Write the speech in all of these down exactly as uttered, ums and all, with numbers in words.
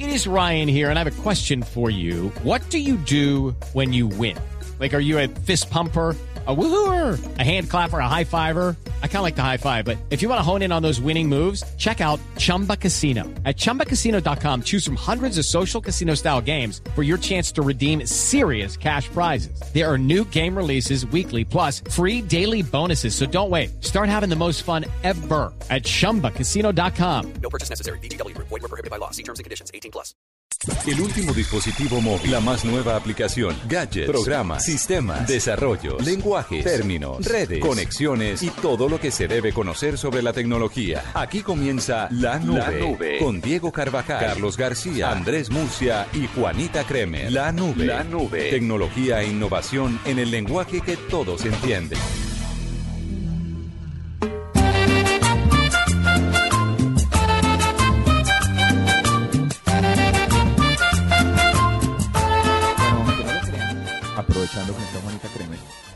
It is Ryan here, and I have a question for you. What do you do when you win? Like, are you a fist pumper, a woohooer, a hand clapper, a high fiver? I kind of like the high five, but if you want to hone in on those winning moves, check out Chumba Casino. At chumba casino dot com, choose from hundreds of social casino style games for your chance to redeem serious cash prizes. There are new game releases weekly, plus free daily bonuses. So don't wait. Start having the most fun ever at chumba casino dot com. No purchase necessary. V G W Group. Void where prohibited by law. See terms and conditions. eighteen plus. El último dispositivo móvil, la más nueva aplicación, gadgets, programas, sistemas, desarrollos, lenguajes, términos, redes, conexiones y todo lo que se debe conocer sobre la tecnología. Aquí comienza La Nube, La Nube con Diego Carvajal, Carlos García, Andrés Murcia y Juanita Kremer. La Nube, La Nube, tecnología e innovación en el lenguaje que todos entienden. Aprovechando que está Juanita Kremer.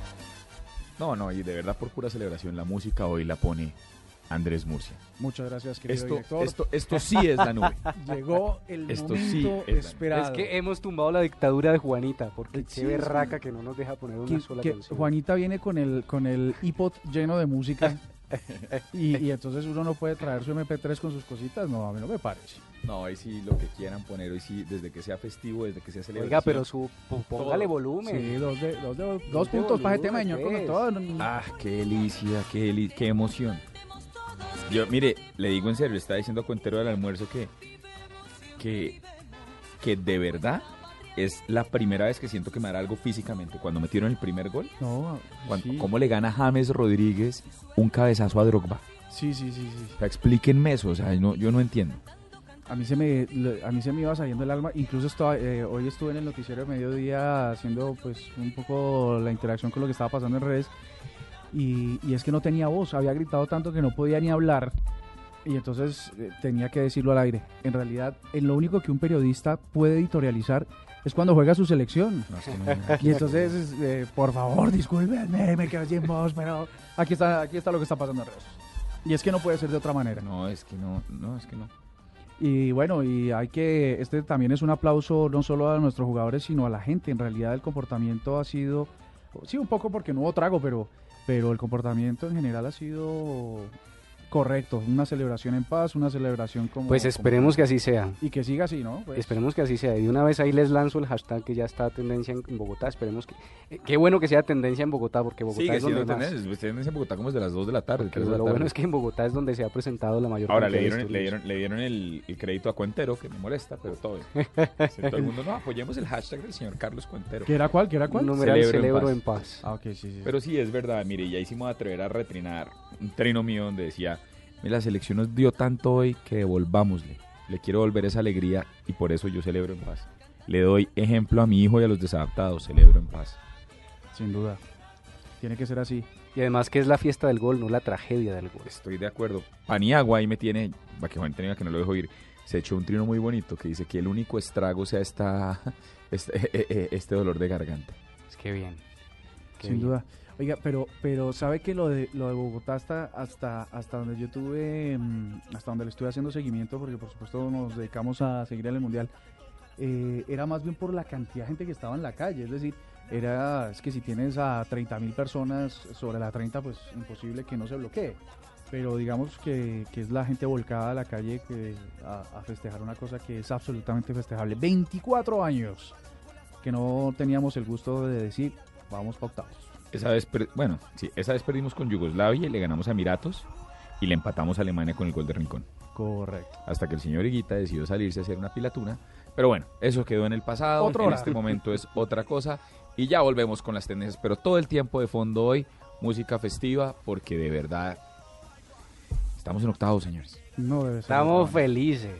No, no, y de verdad por pura celebración, la música hoy la pone Andrés Murcia. Muchas gracias, querido Esto, director. esto, esto sí es La Nube. Llegó el Esto momento sí es esperado. Es que hemos tumbado la dictadura de Juanita, porque Sí, qué berraca que no nos deja poner una Que- sola que canción. Juanita viene con el con el iPod lleno de música y, y entonces uno no puede traer su eme pe tres con sus cositas. No, a mí no me parece. No, hoy sí lo que quieran poner, hoy sí, desde que sea festivo, desde que sea celebración. Oiga, pero su, po- póngale volumen. Sí, dos, de, dos, de- dos Dos de puntos para ese tema, volumen, señor. Con pues. todo. No- Ah, qué delicia, qué, deli- qué emoción. Yo, mire, le digo en serio, le estaba diciendo a Cuentero del almuerzo que, que, que de verdad es la primera vez que siento que me hará algo físicamente. Cuando metieron el primer gol, no, cuando, sí. ¿cómo le gana James Rodríguez un cabezazo a Drogba? Sí, sí, sí, sí. O sea, explíquenme eso, o sea, no, yo no entiendo. A mí se me le- a mí se me iba saliendo el alma. Incluso estaba, eh, hoy estuve en el noticiero de mediodía haciendo pues un poco la interacción con lo que estaba pasando en redes y, y es que no tenía voz, había gritado tanto que no podía ni hablar y entonces eh, tenía que decirlo al aire. En realidad, en lo único que un periodista puede editorializar es cuando juega su selección. No, es que no- Y entonces, eh, por favor, discúlpenme, me quedé sin voz, pero aquí está, aquí está lo que está pasando en redes. Y es que no puede ser de otra manera. no, es que no, no, es que no. Y bueno, y hay que, este también es un aplauso no solo a nuestros jugadores, sino a la gente. En realidad el comportamiento ha sido, sí, un poco porque no hubo trago, pero, pero el comportamiento en general ha sido correcto. Una celebración en paz, una celebración como... Pues esperemos que así sea. Y que siga así, ¿no? Pues, Esperemos que así sea. Y de una vez ahí les lanzo el hashtag que ya está tendencia en, en Bogotá. Esperemos que... eh, qué bueno que sea tendencia en Bogotá, porque Bogotá Sigue es donde siendo más... tendencia, tendencia en Bogotá como es de las dos de la tarde, Porque tres de la lo tarde. bueno es que en Bogotá es donde se ha presentado la mayor Ahora cantidad le de dieron, le disturbios. dieron, le dieron el, el crédito a Cuentero, que me molesta, pero todo bien. Sí, todo el mundo, no, apoyemos el hashtag del señor Carlos Cuentero. ¿Qué era cuál? ¿Qué era cuál? Numeral Celebro en celebro paz. en paz. Ah, ok, sí, sí. Pero sí, es verdad, mire, ya hicimos atrever a retrinar un trino mío donde decía, mira, la selección nos dio tanto hoy que devolvámosle. Le quiero volver esa alegría y por eso yo celebro en paz. Le doy ejemplo a mi hijo y a los desadaptados, celebro en paz. Sin duda. Tiene que ser así. Y además que es la fiesta del gol, no la tragedia del gol. Estoy de acuerdo. Paniagua ahí me tiene, para que Juan tenga que no lo dejo ir, se echó un trino muy bonito que dice que el único estrago sea esta, este, este dolor de garganta. Es que bien. Qué Sin bien. duda. Oiga, pero pero sabe que lo de lo de Bogotá hasta hasta hasta donde yo tuve mm, hasta donde le estuve haciendo seguimiento, porque por supuesto nos dedicamos a seguir en el mundial, eh, era más bien por la cantidad de gente que estaba en la calle. Es decir, era es que si tienes a treinta mil personas sobre la treinta, pues imposible que no se bloquee. Pero digamos que, que es la gente volcada a la calle que a, a festejar una cosa que es absolutamente festejable. veinticuatro años que no teníamos el gusto de decir vamos pautados. Esa vez, per- bueno, sí, esa vez perdimos con Yugoslavia y le ganamos a Emiratos y le empatamos a Alemania con el gol de Rincón. Correcto. Hasta que el señor Higuita decidió salirse a hacer una pilatuna. Pero bueno, eso quedó en el pasado. Otra en hora. este momento es otra cosa. Y ya volvemos con las tendencias. Pero todo el tiempo de fondo hoy, música festiva, porque de verdad estamos en octavos, señores. No debe ser. Estamos felices.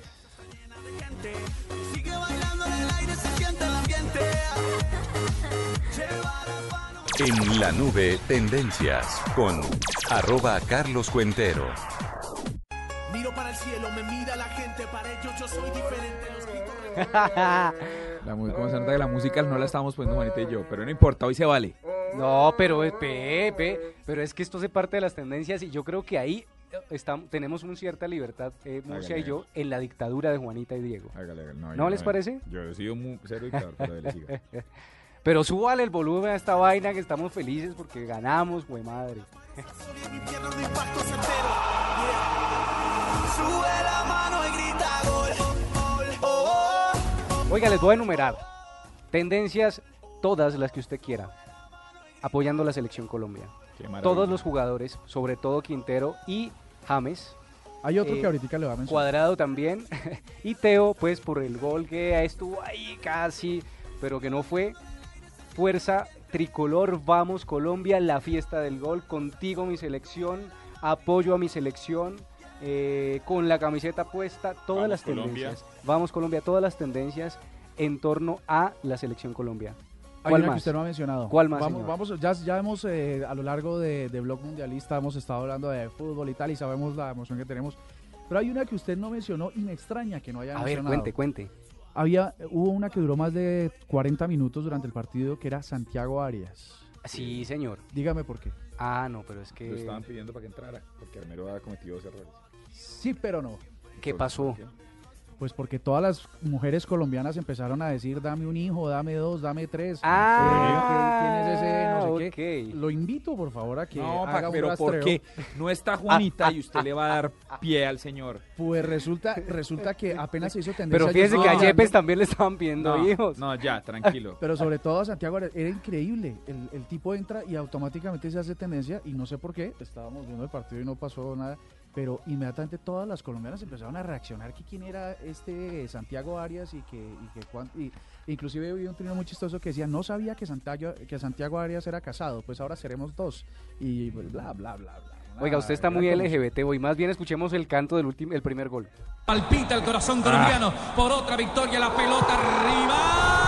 En La Nube, tendencias con arroba Carlos Cuentero. Miro para el cielo, me mira la gente, para ellos yo soy diferente. Los gritos La, mu- ¿Cómo se nota que la música no la estábamos poniendo Juanita y yo? Pero no importa, hoy se vale. No, pero, eh, pe, pe, pero es que esto hace parte de las tendencias y yo creo que ahí estamos, tenemos una cierta libertad, eh, Murcia Hágale. y yo, en la dictadura de Juanita y Diego. Hágale, hágale. No, ¿No yo les parece? Yo he sido muy cero dictador, pero dele, siga. Pero súbale el volumen a esta vaina que estamos felices porque ganamos, güey madre. Mi pierna de impacto certero. Yeah. Sube la mano y grita gol. Gol. Oh, oh. Oiga, les voy a enumerar tendencias, todas las que usted quiera, apoyando la selección Colombia. Qué maravilla. Todos los jugadores, sobre todo Quintero y James, Hay otro Eh, que ahorita le va a mencionar. Cuadrado también, y Teo, pues por el gol que estuvo ahí casi, pero que no fue. Fuerza tricolor, vamos Colombia, la fiesta del gol, contigo mi selección, apoyo a mi selección, eh, con la camiseta puesta, todas Vamos, las Colombia. tendencias. Vamos Colombia, todas las tendencias en torno a la selección Colombia. Hay ¿Cuál una que más? usted no ha mencionado. ¿Cuál más, Vamos, señor? vamos ya, ya hemos, eh, a lo largo de, de Blog Mundialista, hemos estado hablando de fútbol y tal, y sabemos la emoción que tenemos. Pero hay una que usted no mencionó y me extraña que no haya A ver, mencionado. cuente, cuente. Había, hubo una que duró más de cuarenta minutos durante el partido, que era Santiago Arias. Sí, señor. Dígame por qué. Ah, no, pero es que... Lo estaban pidiendo para que entrara, porque Armero ha cometido dos errores. Sí, pero no. ¿Qué pasó? Pues porque todas las mujeres colombianas empezaron a decir, dame un hijo, dame dos, dame tres. Ah, Eh, ¿quién es ese? No sé ok. qué. Lo invito, por favor, a que No, haga pa- un pero ¿por rastreo. qué? No está Juanita y usted le va a dar pie al señor. Pues resulta, resulta que apenas se hizo tendencia. Pero fíjese yo que a estaba Yepes hablando, también le estaban pidiendo No, hijos. no, ya, tranquilo. Pero sobre todo a Santiago Arias, era increíble. El, el tipo entra y automáticamente se hace tendencia y no sé por qué. Estábamos viendo el partido y no pasó nada. Pero inmediatamente todas las colombianas empezaron a reaccionar que quién era este Santiago Arias y que, y que cuán- y, inclusive vi un trino muy chistoso que decía, no sabía que Santiago, que Santiago Arias era casado, pues ahora seremos dos. Y pues, bla, bla, bla, bla. Oiga, usted está Una muy cosa- L G B T hoy. Más bien escuchemos el canto del último, el primer gol. Palpita el corazón colombiano por otra victoria, la pelota arriba.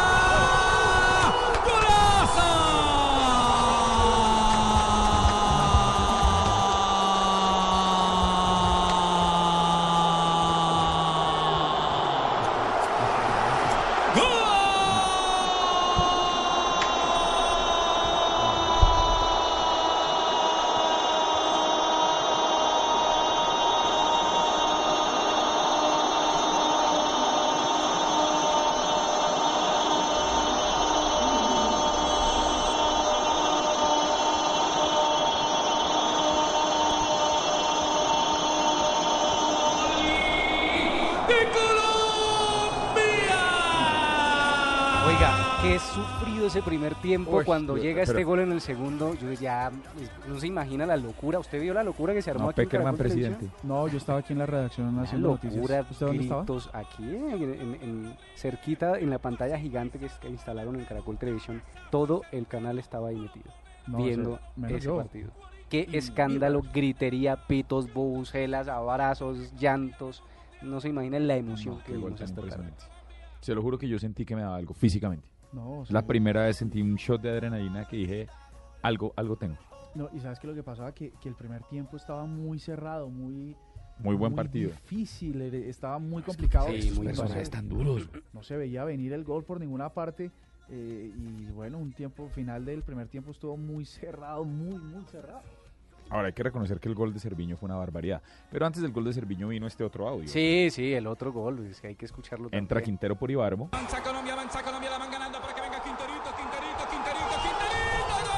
Oiga, qué sufrido ese primer tiempo. Uy, cuando pero- llega este pero- gol en el segundo. Yo ya no se imagina la locura. ¿Usted vio la locura que se armó No, aquí en Peckerman Caracol Televisión? presidente. No, yo estaba aquí en la redacción Una haciendo locura, noticias. ¿Usted dónde estaba? gritos aquí, en, en- en- cerquita, en la pantalla gigante que, es- que instalaron en Caracol Televisión. Todo el canal estaba ahí metido, No, viendo o sea, menos ese yo. partido. Qué escándalo, gritería, pitos, bubucelas, abrazos, llantos. No se imagina la emoción No, que qué gol vimos tan hasta tarde. impresionante. Se lo juro que yo sentí que me daba algo físicamente. No, o sea, La primera vez sentí un shot de adrenalina que dije, algo, algo tengo. no, y sabes que lo que pasaba que, que el primer tiempo estaba muy cerrado, muy Muy buen partido. difícil, era- estaba muy complicado. Sí, Estos muy personajes difícil. tan duros. No se veía venir el gol por ninguna parte. eh, y bueno, un tiempo final del primer tiempo estuvo muy cerrado, muy, muy cerrado. Ahora hay que reconocer que el gol de Cerviño fue una barbaridad. Pero antes del gol de Cerviño vino este otro audio. Sí, sí, el otro gol, es que hay que escucharlo Entra también. Quintero por Ibarbo. Avanza Colombia, avanza Colombia, la van ganando para que venga Quinterito, Quinterito, Quinterito, Quinterito,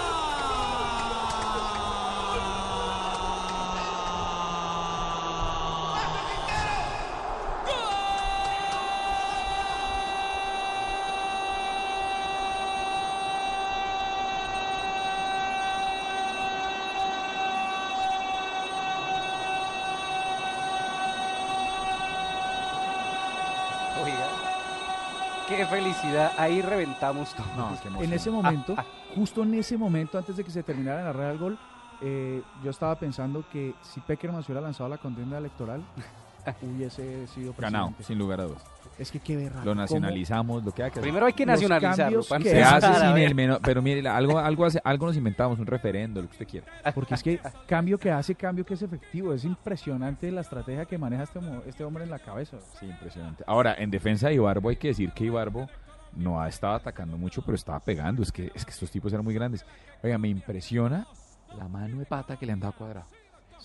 Oiga, qué felicidad, ahí reventamos todo. No, qué emoción. En ese momento, justo en ese momento, antes de que se terminara la red del gol, eh, yo estaba pensando que si Peckerman se hubiera lanzado a la contienda electoral, hubiese sido Ganado, presidente. sin lugar a dudas. Es que qué berraco. Lo nacionalizamos, lo que hay que hacer. Primero hay que Los nacionalizarlo. cambios para que Se empezar, hace a sin ver. el menor, pero mire, algo, algo, hace, algo nos inventamos, un referendo, lo que usted quiera. Porque es que cambio que hace, cambio que es efectivo. Es impresionante la estrategia que maneja este, mo- este hombre en la cabeza. Sí, impresionante. Ahora, en defensa de Ibarbo hay que decir que Ibarbo no ha estado atacando mucho, pero estaba pegando. Es que, es que estos tipos eran muy grandes. Oiga, me impresiona la mano de pata que le han dado a Cuadrado.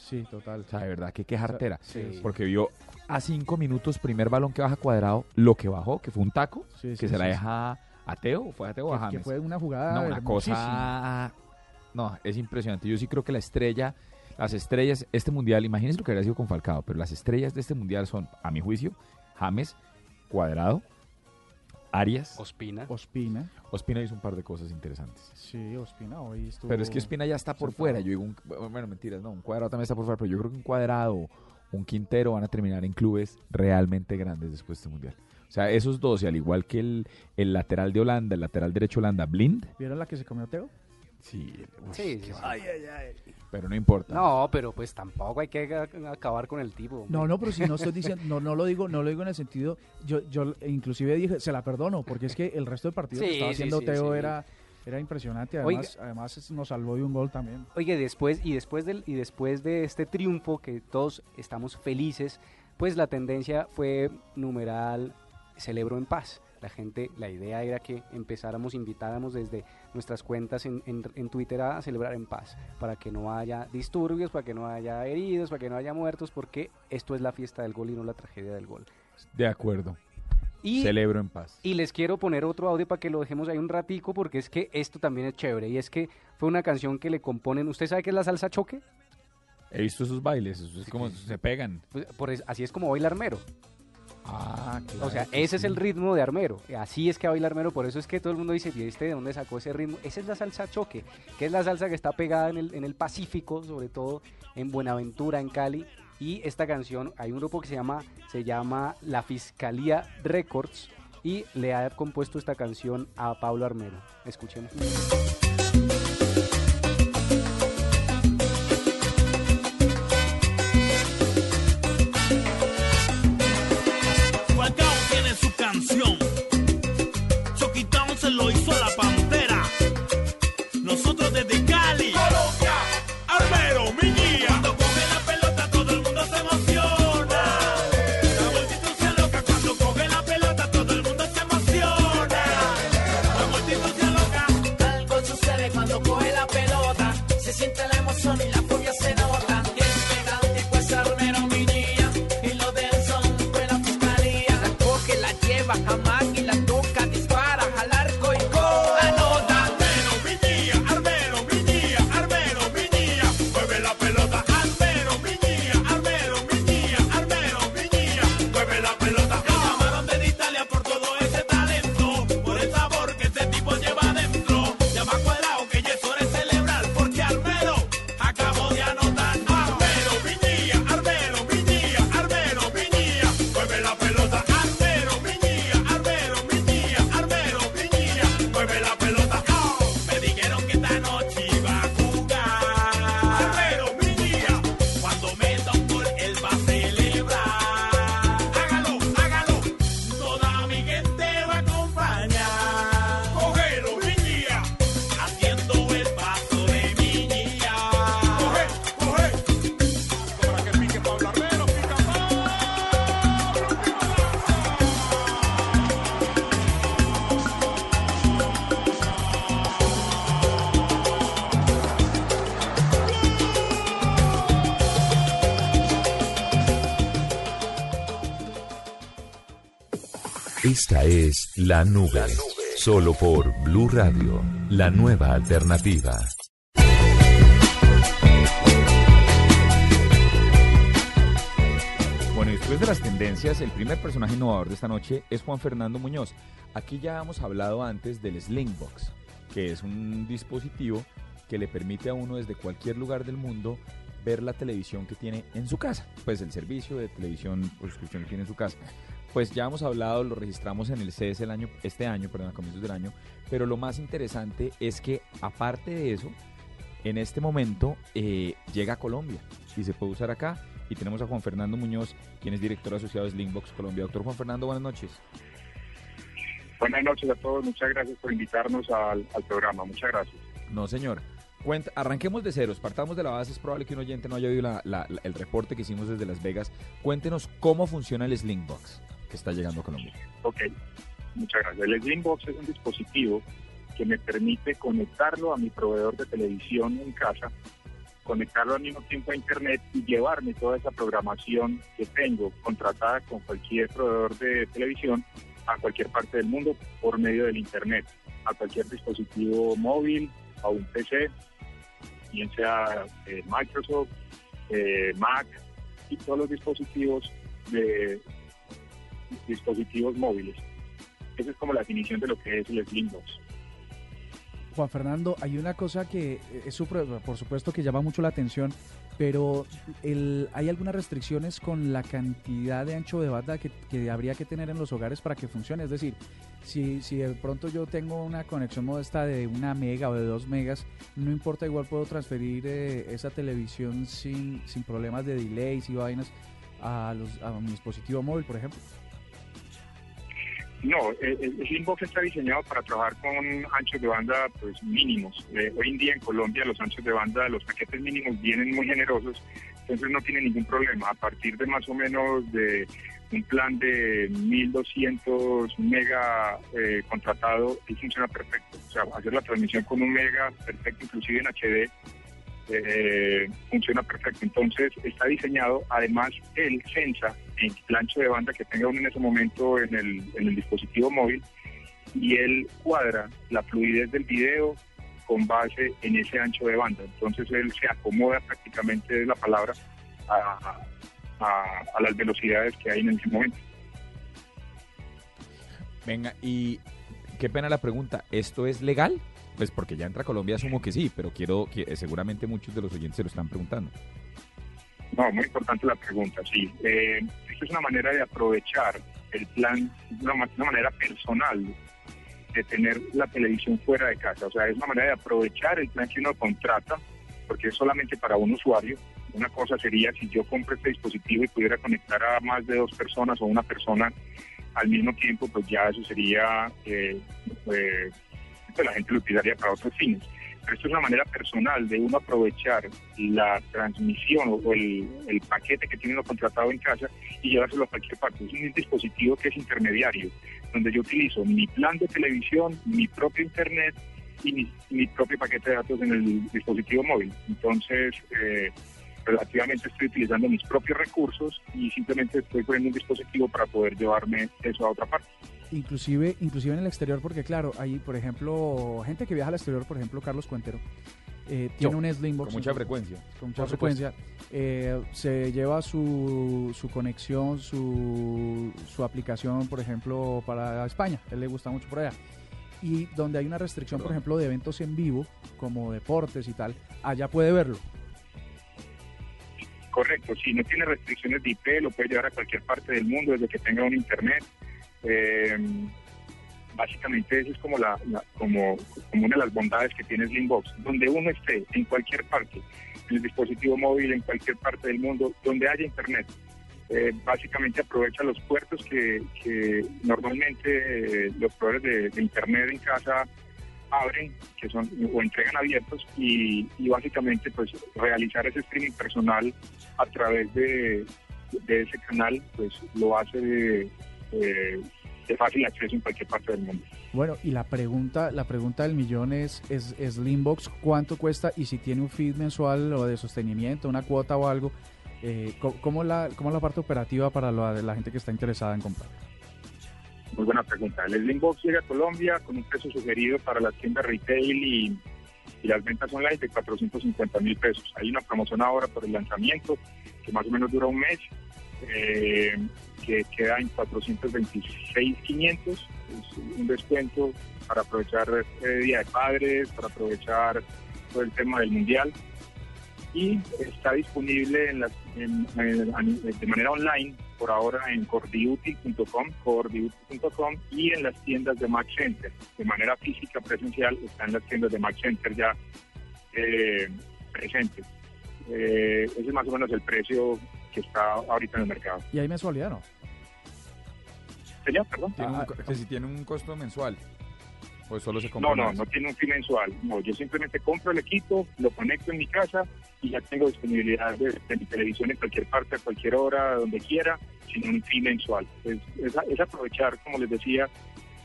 Sí, total. O sea, de verdad que qué jartera. Sí. Porque vio a cinco minutos, primer balón que baja Cuadrado, lo que bajó, que fue un taco, Sí, que sí, se la sí, deja a Teo, ¿fue a Teo o a Que, que James? fue una jugada No, una hermosísima. cosa... No, es impresionante. Yo sí creo que la estrella, las estrellas, este mundial, imagínense lo que habría sido con Falcao, pero las estrellas de este mundial son, a mi juicio, James, Cuadrado, Arias, Ospina. Ospina. Ospina hizo un par de cosas interesantes. Sí, Ospina hoy estuvo... Pero es que Ospina ya está por sentado. fuera. Yo digo, un, bueno, mentiras, no, un Cuadrado también está por fuera, pero yo creo que un Cuadrado, un Quintero van a terminar en clubes realmente grandes después de este mundial. O sea, esos dos, y al igual que el, el lateral de Holanda, el lateral derecho de Holanda, Blind. ¿Vieron la que se comió Teo? Sí, uy, Sí, qué sí, sí. va- pero no importa. No, pero pues tampoco hay que a- acabar con el tipo. hombre. No, no, pero si no estoy diciendo, no, no lo digo, no lo digo en el sentido, yo, yo inclusive dije, se la perdono, porque es que el resto del partido Sí, que estaba sí, haciendo sí, Teo sí. era, era impresionante, Oiga. además, además nos salvó de un gol también. Oye, después y después del y después de este triunfo que todos estamos felices, pues la tendencia fue numeral celebro en paz. La gente, la idea era que empezáramos, invitáramos desde nuestras cuentas en, en, en Twitter a celebrar en paz, para que no haya disturbios, para que no haya heridos, para que no haya muertos, porque esto es la fiesta del gol y no la tragedia del gol. De acuerdo. Y, Celebro en paz. y les quiero poner otro audio para que lo dejemos ahí un ratico, porque es que esto también es chévere, y es que fue una canción que le componen, ¿usted sabe qué es la salsa choque? He visto esos bailes, eso es como se pegan. Pues, por es- así es como baila Armero. Ah, claro. O sea, que ese es sí. el ritmo de Armero. Así es que baila Armero. Por eso es que todo el mundo dice, ¿viste de dónde sacó ese ritmo? Esa es la salsa choque, que es la salsa que está pegada en el, en el Pacífico, sobre todo en Buenaventura, en Cali. Y esta canción, hay un grupo que se llama, se llama La Fiscalía Records y le ha compuesto esta canción a Pablo Armero. Escuchemos. Falcao tiene su canción. Choquitón se lo hizo a la Pantera. Nosotros desde Cali. Colombia. Armero, mi guía. Cuando coge la pelota todo el mundo se emociona. La multitud se loca cuando coge la pelota todo el mundo se emociona. La multitud se loca. Algo sucede cuando coge la pelota, se siente la emoción y la furia se nota. Y es pegante pues Armero mi guía, y lo del son fue la fiscalía. La coge, la lleva, jamás y la toca, dispara al arco y gol. Anota. Armero, mi guía. Armero, mi guía. Armero, mi guía. Mueve la pelota. Armero, mi guía. Armero, mi guía. Armero, mi guía. Mueve la pelota. El camarón de Italia por todo ese talento, por el sabor que este tipo lleva adentro. Llama Cuadrado que ya es hora de celebrar, porque Armero acabó de anotar. Armero, mi guía. Armero, mi guía. Armero, mi guía. Mueve la pelota. Armero, mi guía. Armero, mi guía. Armero, mi guía. Mueve la pelota. Oh, me dijeron que esta noche iba a jugar. Armero, mi guía. Cuando meta un gol, él va a celebrar. Hágalo, hágalo. Toda mi gente va a acompañar. Cógelo, mi guía. Haciendo el paso de mi guía. Coge, coge. Para que pique Pablo Armero, pica Pablo. Esta es La Nube. Solo por Blue Radio, la nueva alternativa. Bueno, y después de las tendencias, el primer personaje innovador de esta noche es Juan Fernando Muñoz. Aquí ya hemos hablado antes del Slingbox, que es un dispositivo que le permite a uno desde cualquier lugar del mundo ver la televisión que tiene en su casa, pues el servicio de televisión por suscripción que tiene en su casa. Pues ya hemos hablado, lo registramos en el C E S el año, este año, perdón, a comienzos del año, pero lo más interesante es que aparte de eso, en este momento eh, llega a Colombia y se puede usar acá. Y tenemos a Juan Fernando Muñoz, quien es director asociado de Slingbox Colombia. Doctor Juan Fernando, buenas noches. Buenas noches a todos, muchas gracias por invitarnos al, al programa, muchas gracias. No, señor. Cuenta, arranquemos de ceros, partamos de la base, es probable que un oyente no haya oído la, la, la, el reporte que hicimos desde Las Vegas. Cuéntenos cómo funciona el Slingbox que está llegando a Colombia. Ok, muchas gracias. El Slingbox es un dispositivo que me permite conectarlo a mi proveedor de televisión en casa conectarlo al mismo tiempo a Internet y llevarme toda esa programación que tengo contratada con cualquier proveedor de televisión a cualquier parte del mundo por medio del Internet, a cualquier dispositivo móvil, a un P C, bien sea eh, Microsoft, eh, Mac y todos los dispositivos de dispositivos móviles. Esa es como la definición de lo que es el Slimbox. Juan Fernando, hay una cosa que es super, por supuesto que llama mucho la atención, pero el, ¿hay algunas restricciones con la cantidad de ancho de banda que, que habría que tener en los hogares para que funcione? Es decir, si, si de pronto yo tengo una conexión modesta de una mega o de dos megas, no importa, igual puedo transferir eh, esa televisión sin, sin problemas de delays y vainas a, los, a mi dispositivo móvil, por ejemplo. No, el, el Slimbox está diseñado para trabajar con anchos de banda pues mínimos. Eh, hoy en día en Colombia los anchos de banda, los paquetes mínimos vienen muy generosos, entonces no tiene ningún problema. A partir de más o menos de un plan de mil doscientos mega eh, contratado, y funciona perfecto. O sea, hacer la transmisión con un mega perfecto, inclusive en H D, eh, funciona perfecto. Entonces está diseñado, además él censa el ancho de banda que tenga uno en ese momento en el, en el dispositivo móvil, y él cuadra la fluidez del video con base en ese ancho de banda. Entonces él se acomoda prácticamente, de la palabra, a, a, a las velocidades que hay en ese momento. Venga, y qué pena la pregunta, ¿esto es legal? Pues porque ya entra a Colombia, asumo que sí, pero quiero que seguramente muchos de los oyentes se lo están preguntando. No, muy importante la pregunta, sí. Eh, esta es una manera de aprovechar el plan, una, una manera personal de tener la televisión fuera de casa. O sea, es una manera de aprovechar el plan que uno contrata, porque es solamente para un usuario. Una cosa sería si yo compro este dispositivo y pudiera conectar a más de dos personas o una persona al mismo tiempo, pues ya eso sería, eh, eh, pues la gente lo utilizaría para otros fines. Pero esto es una manera personal de uno aprovechar la transmisión o el, el paquete que tiene uno contratado en casa y llevárselo a cualquier parte. Es un dispositivo que es intermediario, donde yo utilizo mi plan de televisión, mi propio internet y mi, mi propio paquete de datos en el dispositivo móvil. Entonces, eh, relativamente estoy utilizando mis propios recursos y simplemente estoy poniendo un dispositivo para poder llevarme eso a otra parte. Inclusive, inclusive en el exterior, porque claro, hay, por ejemplo, gente que viaja al exterior, por ejemplo, Carlos Cuentero, eh, tiene Yo, un Slimbox. Con mucha frecuencia. Con mucha frecuencia. Eh, se lleva su, su conexión, su, su aplicación, por ejemplo, para España. A él le gusta mucho por allá. Y donde hay una restricción, Perdón. por ejemplo, de eventos en vivo, como deportes y tal, allá puede verlo. Correcto, si no tiene restricciones de I P, lo puede llevar a cualquier parte del mundo desde que tenga un internet. Eh, básicamente esa es como la, la como, como una de las bondades que tiene Slimbox, donde uno esté en cualquier parte, en el dispositivo móvil, en cualquier parte del mundo, donde haya internet. Eh, básicamente aprovecha los puertos que, que normalmente eh, los proveedores de, de internet en casa abren, que son o entregan abiertos, y, y básicamente pues realizar ese streaming personal a través de, de ese canal, pues lo hace de Eh, de fácil acceso en cualquier parte del mundo. Bueno, y la pregunta la pregunta del millón es, es, es Slimbox, ¿cuánto cuesta? Y si tiene un feed mensual o de sostenimiento, una cuota o algo, eh, ¿cómo, la, ¿cómo la parte operativa para la, la gente que está interesada en comprar? Muy buena pregunta. El Slimbox llega a Colombia con un precio sugerido para las tiendas retail y, y las ventas online de cuatrocientos cincuenta mil pesos. Hay una promoción ahora por el lanzamiento que más o menos dura un mes, eh, que queda en cuatrocientos veintiséis mil quinientos, es un descuento para aprovechar el Día de Padres, para aprovechar todo el tema del Mundial, y está disponible en las, en, en, de manera online por ahora en core duty punto com, core duty punto com, y en las tiendas de Mac Center. De manera física presencial está en las tiendas de Mac Center ya eh, presentes. Eh, ese es más o menos el precio que está ahorita en el mercado. ¿Y hay mensualidad, no? Señor, perdón. ¿Tiene Ah, un, que si tiene un costo mensual, pues solo se compra. No, no, una no tiene un fin mensual. No, yo simplemente compro el equipo, lo conecto en mi casa y ya tengo disponibilidad de, de mi televisión en cualquier parte, a cualquier hora, donde quiera, sin un fin mensual. Es, es, es aprovechar, como les decía,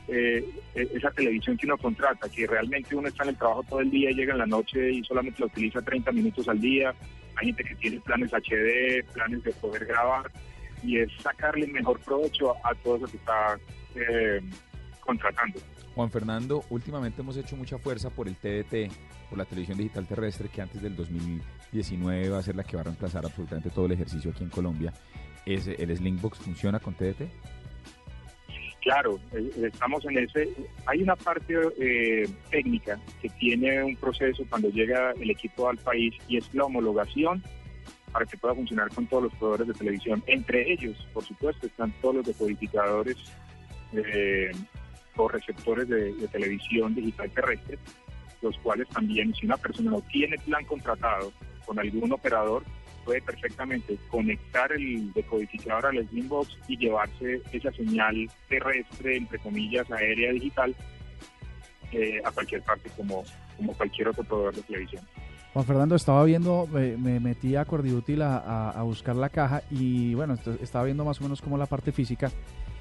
eh, esa televisión que uno contrata, que realmente uno está en el trabajo todo el día, llega en la noche y solamente la utiliza treinta minutos al día. Hay gente que tiene planes H D, planes de poder grabar, y es sacarle el mejor provecho a, a todo eso que está eh, contratando. Juan Fernando, últimamente hemos hecho mucha fuerza por el T D T, por la televisión digital terrestre, que antes del dos mil diecinueve va a ser la que va a reemplazar absolutamente todo el ejercicio aquí en Colombia. ¿Es, ¿El Slingbox funciona con T D T? Claro, eh, estamos en ese. Hay una parte eh, técnica que tiene un proceso cuando llega el equipo al país, y es la homologación para que pueda funcionar con todos los proveedores de televisión. Entre ellos, por supuesto, están todos los decodificadores eh, o receptores de, de televisión digital terrestre, los cuales también, si una persona no tiene plan contratado con algún operador, puede perfectamente conectar el decodificador al Slingbox y llevarse esa señal terrestre, entre comillas, aérea digital, eh, a cualquier parte, como, como cualquier otro proveedor de televisión. Juan Fernando, estaba viendo, me, me metí a Cordiútil a, a, a buscar la caja y bueno, est- estaba viendo más o menos como la parte física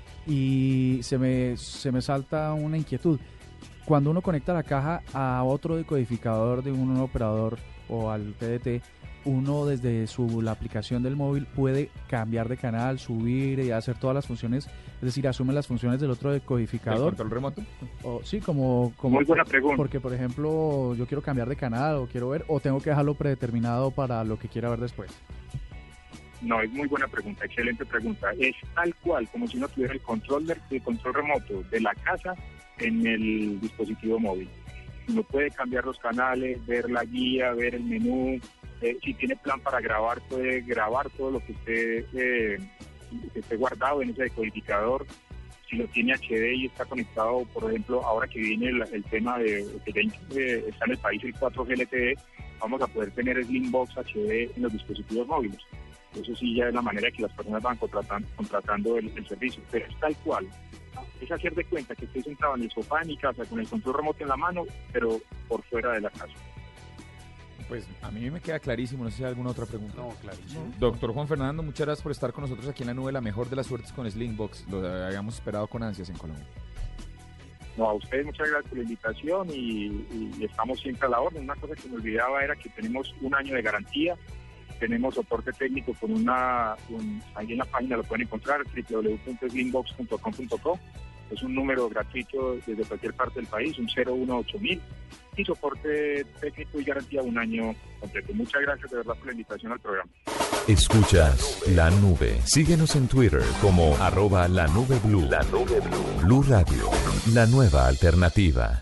y se me, se me salta una inquietud. Cuando uno conecta la caja a otro decodificador de un operador o al T D T, uno desde su la aplicación del móvil puede cambiar de canal, subir y hacer todas las funciones, es decir, asume las funciones del otro decodificador. ¿El control remoto? O, sí, como, como... Muy buena pregunta. Porque, por ejemplo, yo quiero cambiar de canal o quiero ver, o tengo que dejarlo predeterminado para lo que quiera ver después. No, es muy buena pregunta, excelente pregunta. Es tal cual, como si uno tuviera el control, del, el control remoto de la casa en el dispositivo móvil. Uno puede cambiar los canales, ver la guía, ver el menú. Eh, si tiene plan para grabar, puede grabar todo lo que esté, eh, que esté guardado en ese decodificador. Si lo tiene H D y está conectado, por ejemplo, ahora que viene el, el tema de que ya eh, está en el país el cuatro G L T E, vamos a poder tener Slingbox H D en los dispositivos móviles. Eso sí ya es la manera que las personas van contratando, contratando el, el servicio, pero es tal cual. Es hacer de cuenta que estoy sentado en el sofá de mi casa con el control remoto en la mano, pero por fuera de la casa. Pues a mí me queda clarísimo, no sé si hay alguna otra pregunta. No, clarísimo. Doctor Juan Fernando, muchas gracias por estar con nosotros aquí en la nube, la mejor de las suertes con Slingbox, lo habíamos esperado con ansias en Colombia. No, a ustedes muchas gracias por la invitación y, y, y estamos siempre a la orden. Una cosa que me olvidaba era que tenemos un año de garantía, tenemos soporte técnico con una, un, ahí en la página lo pueden encontrar, doble u doble u doble u punto slingbox punto com punto co. Es un número gratuito desde cualquier parte del país, un cero uno ocho mil, y soporte técnico y garantía un año completo. Muchas gracias de verdad por la invitación al programa. Escuchas La Nube. Síguenos en Twitter como arroba la nube blue. La nube blue. Blue Radio, la nueva alternativa.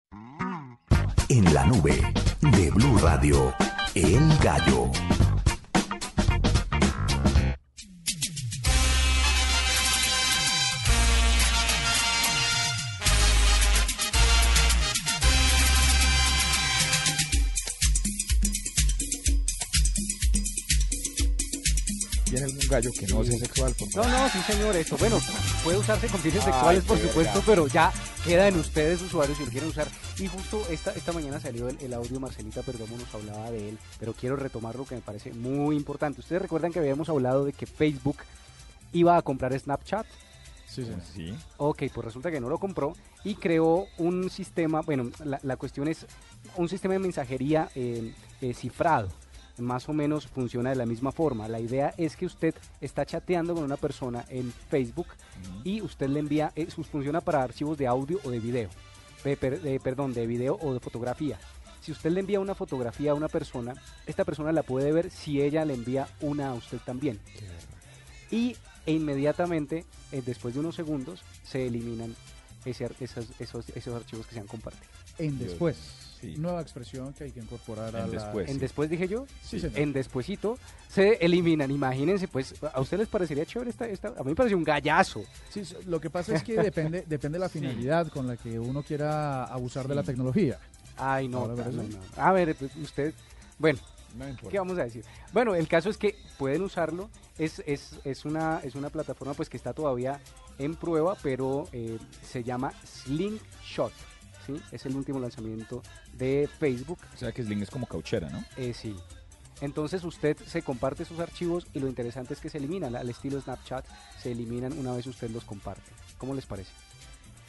En la nube de Blue Radio, El Gallo. ¿Tiene algún gallo que no sea sexual? Por favor? No, no, sí señor, esto, bueno, puede usarse con fines Ay, sexuales por qué supuesto, verga. pero ya queda en ustedes usuarios si lo quieren usar. Y justo esta, esta mañana salió el, el audio, Marcelita Perdomo nos hablaba de él, pero quiero retomar lo que me parece muy importante. Ustedes recuerdan que habíamos hablado de que Facebook iba a comprar Snapchat. Sí, sí. Sí. Ok, pues resulta que no lo compró y creó un sistema, bueno, la, la cuestión es un sistema de mensajería eh, eh, cifrado. Más o menos funciona de la misma forma. La idea es que usted está chateando con una persona en Facebook uh-huh. y usted le envía, eh, funciona para archivos de audio o de video, eh, per, eh, perdón, de video o de fotografía. Si usted le envía una fotografía a una persona, esta persona la puede ver si ella le envía una a usted también. Y e inmediatamente, eh, después de unos segundos, se eliminan ese, esos, esos, esos archivos que se han compartido. En después. Sí. Nueva expresión que hay que incorporar En a la... después. En sí. después dije yo, Sí, señor. en despuesito se eliminan. Imagínense, pues, ¿a ustedes les parecería chévere esta, esta? A mí me pareció un gallazo. Sí, sí, lo que pasa es que depende depende de la finalidad con la que uno quiera abusar de la tecnología. Ay, no, Ahora, no, ¿verdad? no. A ver, pues, usted, bueno, No importa. ¿qué vamos a decir? Bueno, el caso es que pueden usarlo. Es, es, es, una, es una plataforma pues que está todavía en prueba, pero eh, se llama Slingshot. ¿Sí? Es el último lanzamiento de Facebook. O sea que Sling es como cauchera, ¿no? Eh, sí. Entonces usted se comparte sus archivos y lo interesante es que se eliminan, al estilo Snapchat, se eliminan una vez usted los comparte. ¿Cómo les parece?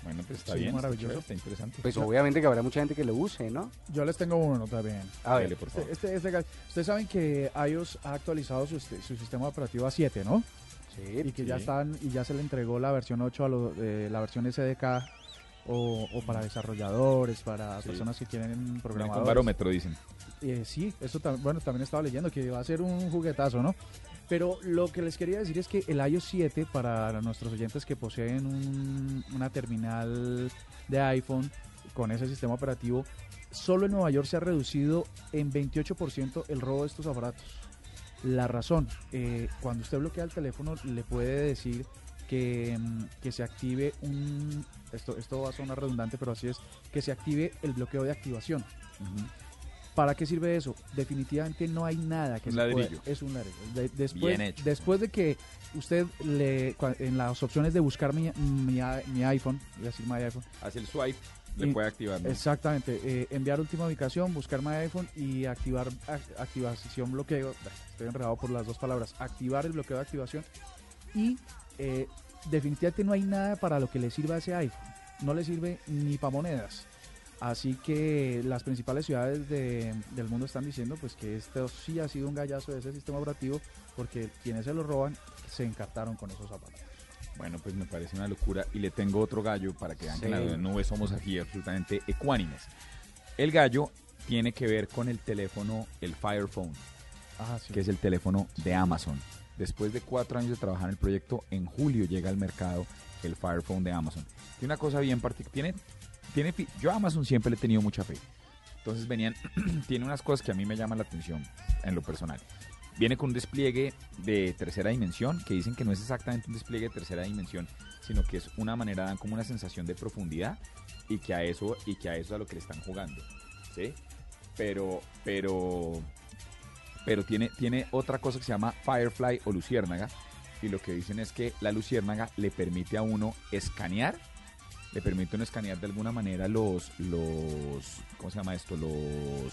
Bueno, pues está Sí, bien, maravilloso. está, está interesante. Pues obviamente que habrá mucha gente que lo use, ¿no? Yo les tengo uno también. A ver, Dele, por favor. Este, este, este- ustedes saben que iOS ha actualizado su, este- su sistema operativo a siete, ¿no? sí. Y que ya Sí. están y ya se le entregó la versión ocho a lo- eh, la versión S D K o, o para desarrolladores, para Sí. personas que quieren Viene con programadores. barómetro, dicen. Eh, sí, eso también, bueno, también estaba leyendo que va a ser un juguetazo, ¿no? Pero lo que les quería decir es que el iOS siete, para nuestros oyentes que poseen un- una terminal de iPhone con ese sistema operativo, solo en Nueva York se ha reducido en veintiocho por ciento el robo de estos aparatos. La razón, eh, cuando usted bloquea el teléfono, le puede decir que, mm, que se active un... Esto, esto va a sonar redundante, pero así es, que se active el bloqueo de activación. ¿Para qué sirve eso? Definitivamente no hay nada que Un se pueda- ladrillo. es un ladrillo. De- después, Bien hecho. después de que usted le cua- en las opciones de buscar mi, mi, i- mi iPhone, voy a decir mi iPhone, Hace el swipe, le Y- puede activar, ¿no? exactamente, eh, enviar última ubicación, buscar mi iPhone y activar ac- activación bloqueo. Estoy enredado por las dos palabras. Activar el bloqueo de activación y eh, definitivamente no hay nada para lo que le sirva a ese iPhone. No le sirve ni para monedas. Así que las principales ciudades de- del mundo están diciendo pues que esto sí ha sido un gallazo de ese sistema operativo porque quienes se lo roban se encartaron con esos aparatos. Bueno, pues me parece una locura. Y le tengo otro gallo para que vean que en Sí. la nube somos aquí absolutamente ecuánimes. El gallo tiene que ver con el teléfono, el Fire Phone, Ah, sí. que es el teléfono de Amazon. Después de cuatro años de trabajar en el proyecto, en julio llega al mercado el Fire Phone de Amazon. Tiene una cosa bien particular. Tiene, tiene, fi- yo a Amazon siempre le he tenido mucha fe. Entonces venían, tiene unas cosas que a mí me llaman la atención en lo personal. Viene con un despliegue de tercera dimensión, que dicen que no es exactamente un despliegue de tercera dimensión, sino que es una manera, dan como una sensación de profundidad y que a eso, y que a eso es a lo que le están jugando. ¿Sí? Pero, pero, pero tiene, tiene otra cosa que se llama Firefly o luciérnaga, y lo que dicen es que la luciérnaga le permite a uno escanear, le permite a uno escanear de alguna manera los, los, ¿cómo se llama esto? Los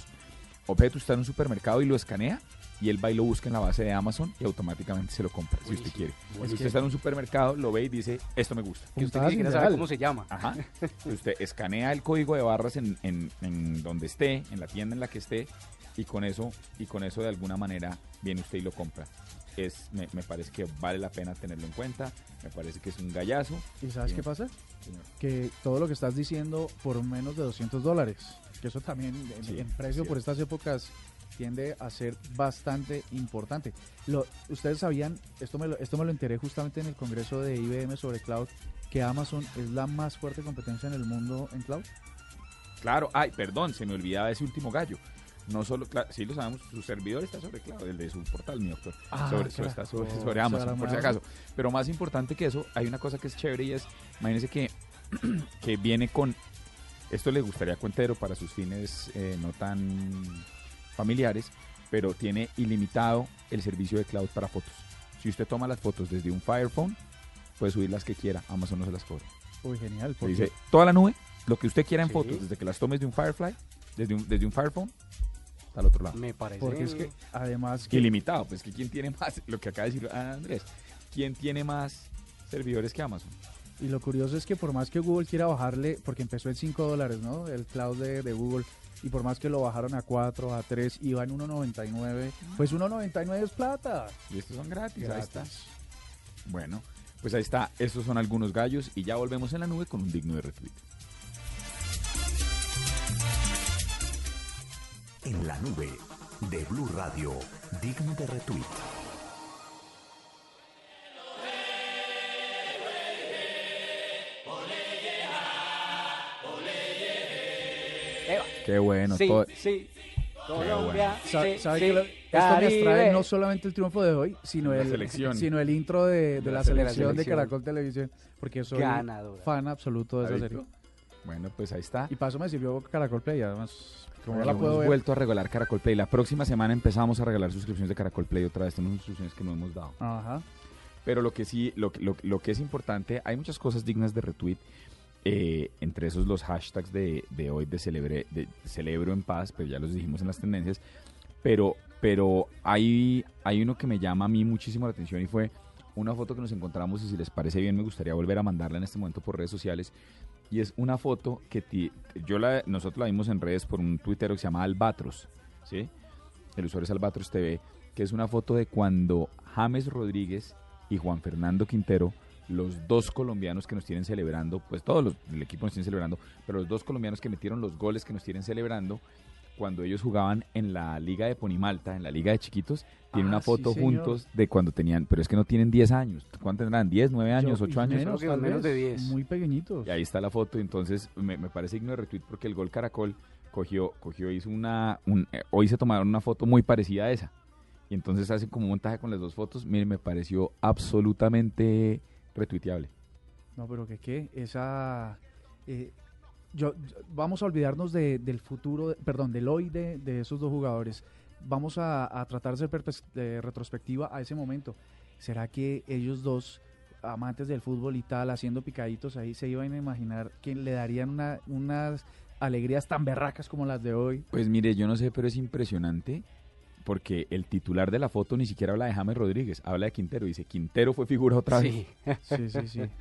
objetos. Está en un supermercado y lo escanea, y él va y lo busca en la base de Amazon y automáticamente se lo compra, si usted quiere. Si usted está en un supermercado, lo ve y dice, esto me gusta. Que usted Puntada ni siquiera sin sabe real. cómo se llama. Ajá. Usted escanea el código de barras en, en, en donde esté, en la tienda en la que esté, y con eso, y con eso de alguna manera viene usted y lo compra. Es, me, me parece que vale la pena tenerlo en cuenta, me parece que es un gallazo. ¿Y sabes Bien. qué pasa? Señor. Que todo lo que estás diciendo por menos de doscientos dólares, que eso también en, Sí, en precio sí. por estas épocas tiende a ser bastante importante. Lo, Ustedes sabían, esto me, lo, esto me lo enteré justamente en el congreso de I B M sobre cloud, que Amazon es la más fuerte competencia en el mundo en cloud. Claro, ay, perdón, se me olvidaba ese último gallo. No solo, claro, sí lo sabemos, su servidor está sobre cloud, el de su portal, mi doctor. Ah, sobre, claro. está sobre, Oh, sobre Amazon, sobre por si Amazon. acaso. Pero más importante que eso, hay una cosa que es chévere y es, imagínense que, que viene con, esto le gustaría a Cuentero para sus fines eh, no tan familiares, pero tiene ilimitado el servicio de cloud para fotos. Si usted toma las fotos desde un Fire Phone, puede subir las que quiera, Amazon no se las cobra. Uy, genial. Le porque- dice, toda la nube, lo que usted quiera en Sí. fotos, desde que las tomes de un Firefly, desde un, desde un Fire Phone, está al otro lado. Me parece. porque es que además que Ilimitado, pues que quién tiene más, lo que acaba de decir ah, Andrés, ¿quién tiene más servidores que Amazon? Y lo curioso es que por más que Google quiera bajarle, porque empezó en cinco dólares, ¿no? El cloud de, de Google, y por más que lo bajaron a cuatro, a tres, iba en uno noventa y nueve, pues uno noventa y nueve es plata. Y estos son gratis, ahí Gratis. está. Bueno, pues ahí está, estos son algunos gallos y ya volvemos en la nube con un digno de retweet. En la nube de Blue Radio, digno de retweet. Eva. Qué bueno, Sí, todo- sí. Colombia, Sa- sí, ¿Sabe sí, que lo- esto me Caribe. extrae no solamente el triunfo de hoy, sino, La el, selección. sino el intro de, de De la, la selección de selección. Caracol Televisión, porque soy Ganadora. fan absoluto de ¿Ha esa visto? serie. Bueno, pues ahí está. Y paso me sirvió Caracol Play, además, como no Bueno, la puedo hemos ver. vuelto a regalar Caracol Play. La próxima semana empezamos a regalar suscripciones de Caracol Play otra vez. Tenemos suscripciones que no hemos dado. Ajá. Pero lo que sí, lo, que- lo, lo que es importante, hay muchas cosas dignas de retweet. eh, entre esos los hashtags de, de hoy de, celebre, de celebro en paz, pero ya los dijimos en las tendencias. Pero, pero hay, hay uno que me llama a mí muchísimo la atención y fue una foto que nos encontramos y si les parece bien me gustaría volver a mandarla en este momento por redes sociales. y es una foto que ti, yo la, nosotros la vimos en redes por un tuitero que se llama Albatros, ¿sí? El usuario es Albatros T V, que es una foto de cuando James Rodríguez y Juan Fernando Quintero, los dos colombianos que nos tienen celebrando, pues todos los el equipo nos tienen celebrando, pero los dos colombianos que metieron los goles que nos tienen celebrando, cuando ellos jugaban en la Liga de Ponimalta, en la Liga de Chiquitos, tienen Ah, una foto sí, señor. juntos de cuando tenían, pero es que no tienen diez años. ¿Cuánto tendrán? ¿diez, nueve años, Yo- ocho años? menos, Creo que tal menos vez, de diez. Muy pequeñitos. Y ahí está la foto, entonces me, me parece digno de retweet porque el Gol Caracol cogió, cogió hizo una, un, eh, hoy se tomaron una foto muy parecida a esa, y entonces hacen como un montaje con las dos fotos, miren, me pareció absolutamente retuiteable. No, pero que qué, esa... eh, yo, yo- vamos a olvidarnos de- del futuro, perdón, del hoy de, de esos dos jugadores. Vamos a, a tratar de hacer perpes- de retrospectiva a ese momento. ¿Será que ellos dos, amantes del fútbol y tal, haciendo picaditos ahí, se iban a imaginar que le darían una, unas alegrías tan berracas como las de hoy? Pues mire, yo no sé, pero es impresionante porque el titular de la foto ni siquiera habla de James Rodríguez, habla de Quintero, dice Quintero fue figura otra vez. Sí. Sí, sí, sí.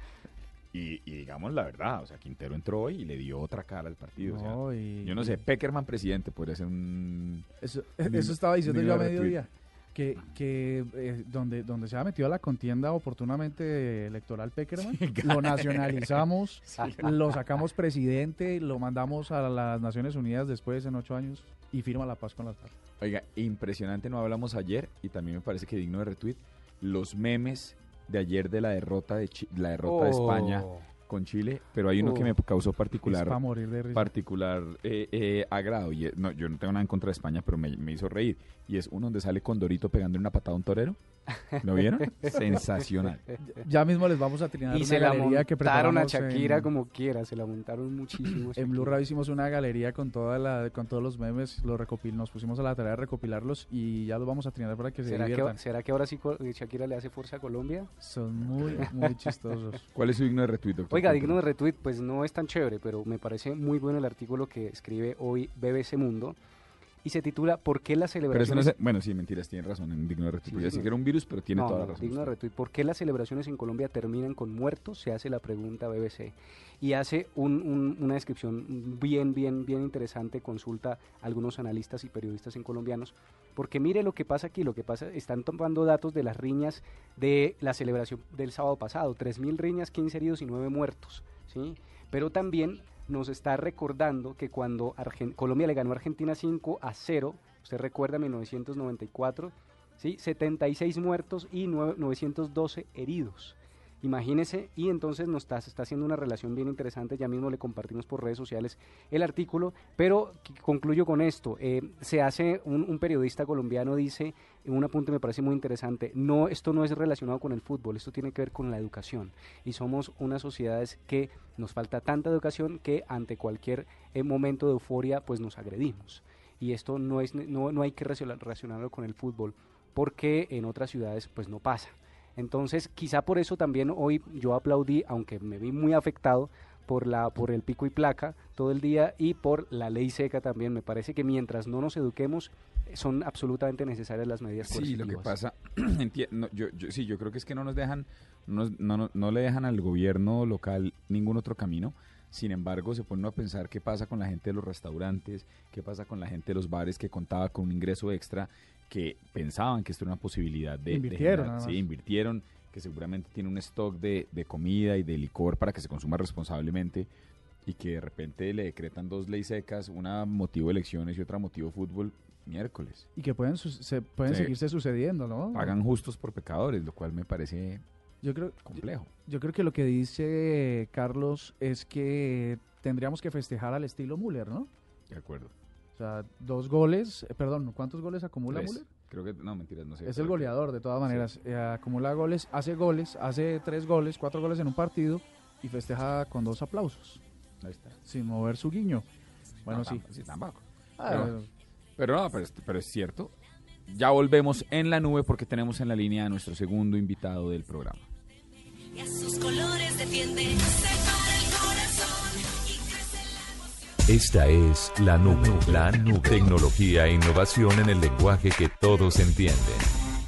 Y, y digamos la verdad, o sea, Quintero entró hoy y le dio otra cara al partido. o sea, No, y- yo no sé, Peckerman presidente podría ser un... Eso, un eso estaba diciendo digno yo a de retweet. mediodía. Que, que eh, donde, donde se ha metido a la contienda oportunamente electoral Peckerman, lo nacionalizamos, lo sacamos presidente, lo mandamos a las Naciones Unidas después en ocho años y firma la paz con las FARC. Oiga, impresionante, no hablamos ayer y también me parece que digno de retweet los memes de ayer de la derrota de Chi- la derrota de Oh. España con Chile, pero hay uno que Oh. me causó Es particular para morir de risa. particular eh, eh, agrado y eh, no, yo no tengo nada en contra de España, pero me, me hizo reír y es uno donde sale Condorito pegando una patada a un torero. ¿Lo vieron? Sensacional. Ya mismo les vamos a trinar Y una se la galería que montaron a preparamos Shakira en, como quiera, se la montaron muchísimo. en Blue Radio. Hicimos una galería con toda la con todos los memes, los recopil, nos pusimos a la tarea de recopilarlos y ya los vamos a trinar para que se ¿Será diviertan. que, ¿Será que ahora sí co- Shakira le hace fuerza a Colombia? Son muy, muy chistosos. ¿Cuál es su digno de retweet, doctor? Oiga, Cuénteme. digno de retweet, pues no es tan chévere, pero me parece muy bueno el artículo que escribe hoy B B C Mundo y se titula ¿Por qué las Pero ese celebraciones... no es, bueno, sí, mentiras, tiene razón, en digno de retweet. Sí, Podría decir sí. que era un virus, pero tiene No, toda la no, razón. digno de retweet. ¿Por qué las celebraciones en Colombia terminan con muertos? Se hace la pregunta B B C. Y hace un- un- una descripción bien, bien, bien interesante. Consulta a algunos analistas y periodistas en colombianos. Porque mire lo que pasa aquí. Lo que pasa, están tomando datos de las riñas de la celebración del sábado pasado. tres mil riñas, quince heridos y nueve muertos. ¿Sí? Pero también nos está recordando que cuando Argen- Colombia le ganó a Argentina cinco a cero, usted recuerda mil novecientos noventa y cuatro, ¿sí? setenta y seis muertos y nueve- novecientos doce heridos. Imagínese, y entonces nos está, se está haciendo una relación bien interesante, ya mismo le compartimos por redes sociales el artículo, pero qu- concluyo con esto, eh, se hace, un, un periodista colombiano dice, en un apunte me parece muy interesante, no, esto no es relacionado con el fútbol, esto tiene que ver con la educación, y somos unas sociedades que nos falta tanta educación que ante cualquier eh, momento de euforia pues nos agredimos, y esto no, es, no, no hay que relaciona- relacionarlo con el fútbol, porque en otras ciudades pues no pasa. Entonces, quizá por eso también hoy yo aplaudí, aunque me vi muy afectado por la por el pico y placa todo el día y por la ley seca también. Me parece que mientras no nos eduquemos, eh, son absolutamente necesarias las medidas Sí, lo que coercitivas. pasa, enti- no, yo, yo- sí, yo creo que es que no nos dejan, no, nos- no, no, no le dejan al gobierno local ningún otro camino. Sin embargo, se pone uno a pensar qué pasa con la gente de los restaurantes, qué pasa con la gente de los bares que contaba con un ingreso extra, que pensaban que esto era una posibilidad de... de Invirtieron, generar- nada sí, más. invirtieron, que seguramente tiene un stock de, de comida y de licor para que se consuma responsablemente y que de repente le decretan dos leyes secas, una motivo elecciones y otra motivo fútbol, miércoles. Y que pueden, su- se, pueden Sí. seguirse sucediendo, ¿no? Pagan justos por pecadores, lo cual me parece Yo creo, complejo. yo creo que lo que dice Carlos es que tendríamos que festejar al estilo Müller, ¿no? De acuerdo. O sea, dos goles, eh, perdón, ¿cuántos goles acumula Tres. Müller? Creo que, no, mentiras, no sé. Es el creo que- goleador, de todas maneras. Eh, acumula goles, hace goles, hace tres goles, cuatro goles en un partido y festeja con dos aplausos, Ahí está. sin mover su guiño. Bueno, No, sí. tam- sí, tampoco. Ah, Pero- bueno. Pero no, pero, es- pero es cierto. Ya volvemos en la nube porque tenemos en la línea a nuestro segundo invitado del programa. Y a sus colores defiende, se para el corazón y crece la emoción. Esta es la nube, la nube. Tecnología e innovación en el lenguaje que todos entienden.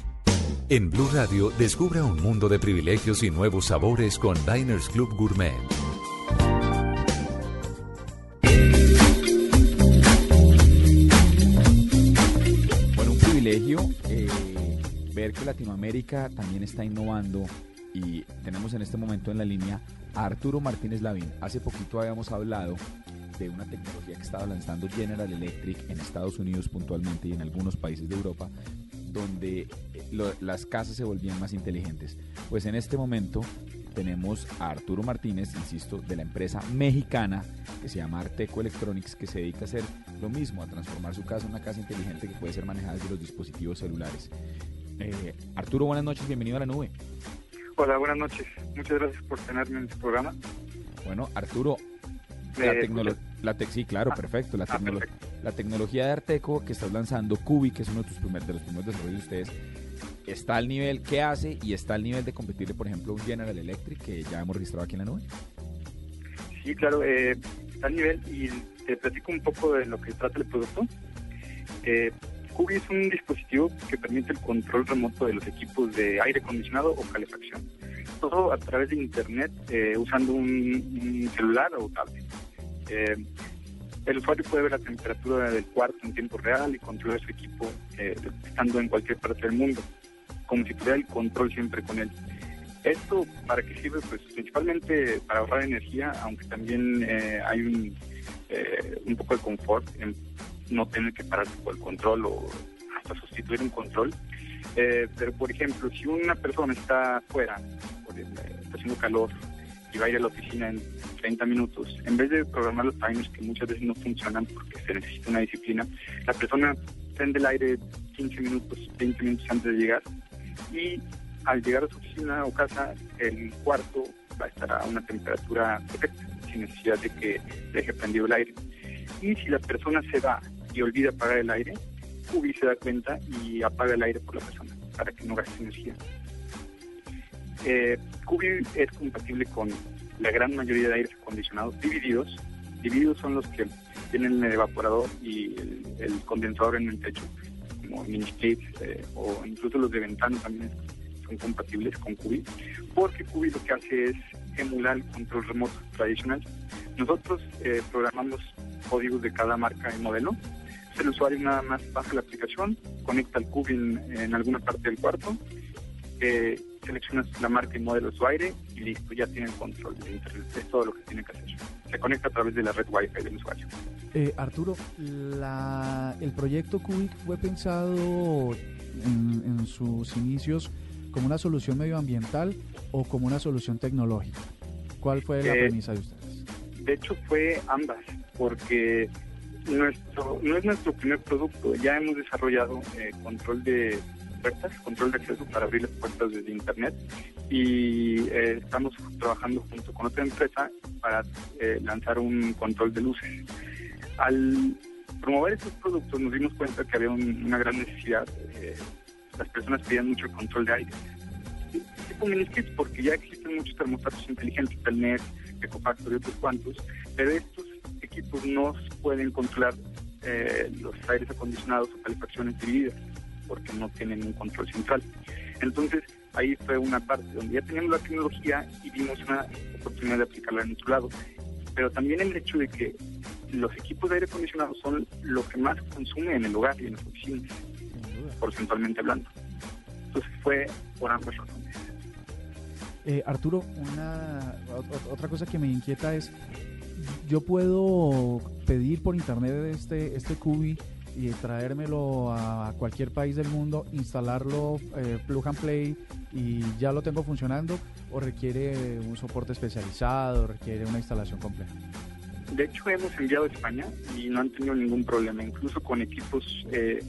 En Blue Radio, descubra un mundo de privilegios y nuevos sabores con Diners Club Gourmet. privilegio eh, ver que Latinoamérica también está innovando y tenemos en este momento en la línea a Arturo Martínez Lavín. Hace poquito habíamos hablado de una tecnología que estaba lanzando General Electric en Estados Unidos puntualmente y en algunos países de Europa, donde lo, las casas se volvían más inteligentes. Pues en este momento tenemos a Arturo Martínez, insisto, de la empresa mexicana que se llama Arteco Electronics, que se dedica a hacer lo mismo, a transformar su casa en una casa inteligente que puede ser manejada desde los dispositivos celulares. Eh, Arturo, buenas noches, bienvenido a la nube. Hola, buenas noches. Muchas gracias por tenerme en este programa. Bueno, Arturo, la Eh, tecnología... La tec sí, claro, Ah, perfecto. La, ah, tecnolo- perfecto. la tecnología de Arteco que estás lanzando, Cubi, que es uno de, tus primer, de los primeros desarrollos de ustedes, está al nivel que hace y está al nivel de competirle, por ejemplo, un General Electric que ya hemos registrado aquí en la nube. Sí, claro, eh, está al nivel y te platico un poco de lo que trata el producto. Eh, Cubi es un dispositivo que permite el control remoto de los equipos de aire acondicionado o calefacción. Todo a través de internet, eh, usando un, un celular o tablet. Eh, el usuario puede ver la temperatura del cuarto en tiempo real y controlar su equipo eh, estando en cualquier parte del mundo, como si tuviera el control siempre con él. ¿Esto para qué sirve? Pues principalmente para ahorrar energía, aunque también eh, hay un, eh, un poco de confort en no tener que pararse por el control o hasta sustituir un control. Eh, pero, por ejemplo, si una persona está afuera, por el, eh, está haciendo calor y va a ir a la oficina en treinta minutos, en vez de programar los timers que muchas veces no funcionan porque se necesita una disciplina, la persona prende el aire quince minutos, veinte minutos antes de llegar y al llegar a su oficina o casa, el cuarto va a estar a una temperatura perfecta, sin necesidad de que deje prendido el aire. Y si la persona se va y olvida apagar el aire, Cubi se da cuenta y apaga el aire por la persona para que no gaste energía. Eh, Cubi es compatible con la gran mayoría de aires acondicionados divididos. Divididos son los que tienen el evaporador y el, el condensador en el techo, como mini splits eh, o incluso los de ventana también son compatibles con Cubi, porque Cubi lo que hace es emular el control remoto tradicional. Nosotros eh, programamos códigos de cada marca y modelo. El usuario nada más baja la aplicación, conecta el Cubi en, en alguna parte del cuarto, eh, selecciona la marca y modelo de su aire y listo, ya tiene el control de internet. Es todo lo que tiene que hacer. Se conecta a través de la red Wi-Fi del usuario. Eh, Arturo, la, el proyecto Cubic fue pensado en, en sus inicios como una solución medioambiental o como una solución tecnológica. ¿Cuál fue la Eh, premisa de ustedes? De hecho fue ambas, porque nuestro no es nuestro primer producto. Ya hemos desarrollado eh, control de puertas, control de acceso para abrir las puertas desde internet y eh, estamos trabajando junto con otra empresa para eh, lanzar un control de luces. Al promover estos productos nos dimos cuenta que había un- una gran necesidad. Eh, las personas pedían mucho el control de aire, tipo miniskits, porque ya existen muchos termostatos inteligentes, Telnet, Ecofactor y otros cuantos, pero estos equipos no pueden controlar eh, los aires acondicionados o calefacciones divididas porque no tienen un control central. Entonces ahí fue una parte donde ya teníamos la tecnología y vimos una oportunidad de aplicarla en otro lado, pero también el hecho de que los equipos de aire acondicionado son lo que más consume en el hogar y en las oficinas, porcentualmente hablando. Entonces fue por ambas razones. Eh, Arturo, una ot- otra cosa que me inquieta es, yo puedo pedir por internet este este Cubi y traérmelo a cualquier país del mundo, instalarlo, eh, plug and play y ya lo tengo funcionando, o requiere un soporte especializado, requiere una instalación compleja. De hecho, hemos enviado a España y no han tenido ningún problema, incluso con equipos eh,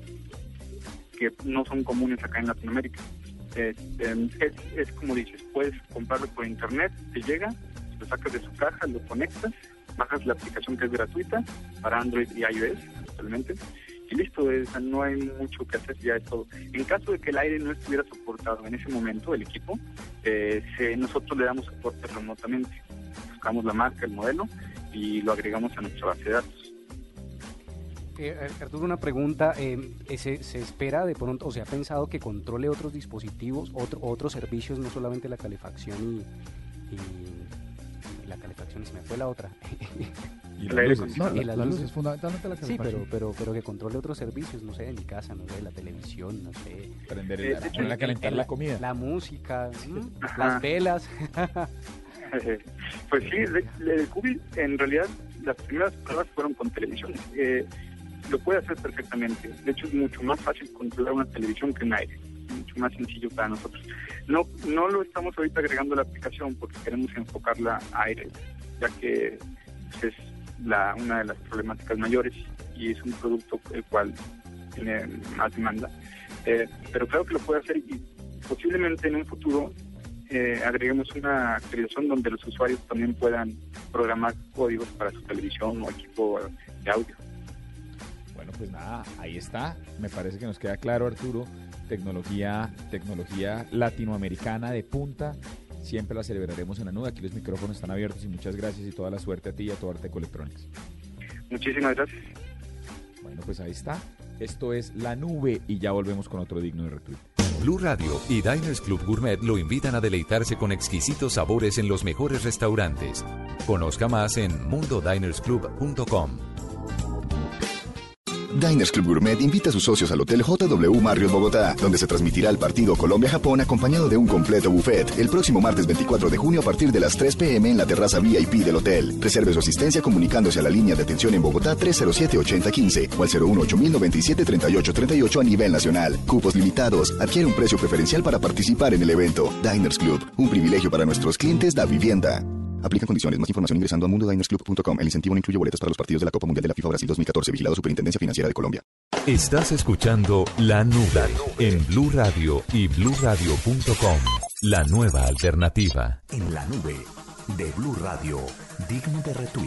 que no son comunes acá en Latinoamérica. Eh, eh, es, es como dices, puedes comprarlo por internet, te llega, lo sacas de su caja, lo conectas, bajas la aplicación que es gratuita para Android y iOS actualmente, y listo, es, no hay mucho que hacer, ya es todo. En caso de que el aire no estuviera soportado en ese momento, el equipo, eh, se, nosotros le damos soporte remotamente. Buscamos la marca, el modelo, y lo agregamos a nuestra base de datos. Eh, Arturo, una pregunta, eh, ¿se, ¿se espera de pronto, o se ha pensado que controle otros dispositivos, otro, otros servicios, no solamente la calefacción y, y- y la calefacción calefacción, y se me fue la otra. Y El las aire luces. No, Y la, las la luz luces. es fundamentalmente la Sí, calefacción. pero, pero, pero que controle otros servicios, no sé, de mi casa, no sé, la televisión, no sé. Prender Eh, el, de hecho, poner a calentar el- la comida. La música, ¿m? Ajá. las velas. Eh, Pues sí, el, el Cubi, en realidad, las primeras pruebas fueron con televisión. Eh, lo puede hacer perfectamente. De hecho, es mucho más fácil controlar una televisión que un aire. Mucho más sencillo para nosotros. No no lo estamos ahorita agregando a la aplicación porque queremos enfocarla a aire, ya que pues, es la, una de las problemáticas mayores y es un producto el cual tiene más demanda. Eh, pero claro que lo puede hacer y posiblemente en un futuro eh, agreguemos una actualización donde los usuarios también puedan programar códigos para su televisión o equipo de audio. Bueno, pues nada, ahí está. Me parece que nos queda claro, Arturo. Tecnología, tecnología latinoamericana de punta. Siempre la celebraremos en la nube. Aquí los micrófonos están abiertos y muchas gracias y toda la suerte a ti y a tu Arteco Electronics. Muchísimas gracias. Bueno, pues ahí está. Esto es La Nube y ya volvemos con otro digno de retweet. Blue Radio y Diners Club Gourmet lo invitan a deleitarse con exquisitos sabores en los mejores restaurantes. Conozca más en mundo diners club punto com. Diners Club Gourmet invita a sus socios al Hotel J W Marriott Bogotá, donde se transmitirá el partido Colombia-Japón acompañado de un completo buffet el próximo martes veinticuatro de junio a partir de las tres p m en la terraza V I P del hotel. Reserve su asistencia comunicándose a la línea de atención en Bogotá tres cero siete ocho cero uno cinco o al cero uno ocho cero nueve siete tres ocho tres ocho a nivel nacional. Cupos limitados. Adquiere un precio preferencial para participar en el evento. Diners Club, un privilegio para nuestros clientes da vivienda. Aplican condiciones. Más información ingresando a mundo diners club punto com. El incentivo no incluye boletas para los partidos de la Copa Mundial de la FIFA Brasil dos mil catorce. Vigilado Superintendencia Financiera de Colombia. Estás escuchando La Nube en Blue Radio y blue radio punto com. La nueva alternativa. En la nube de Blue Radio, digno de retweet.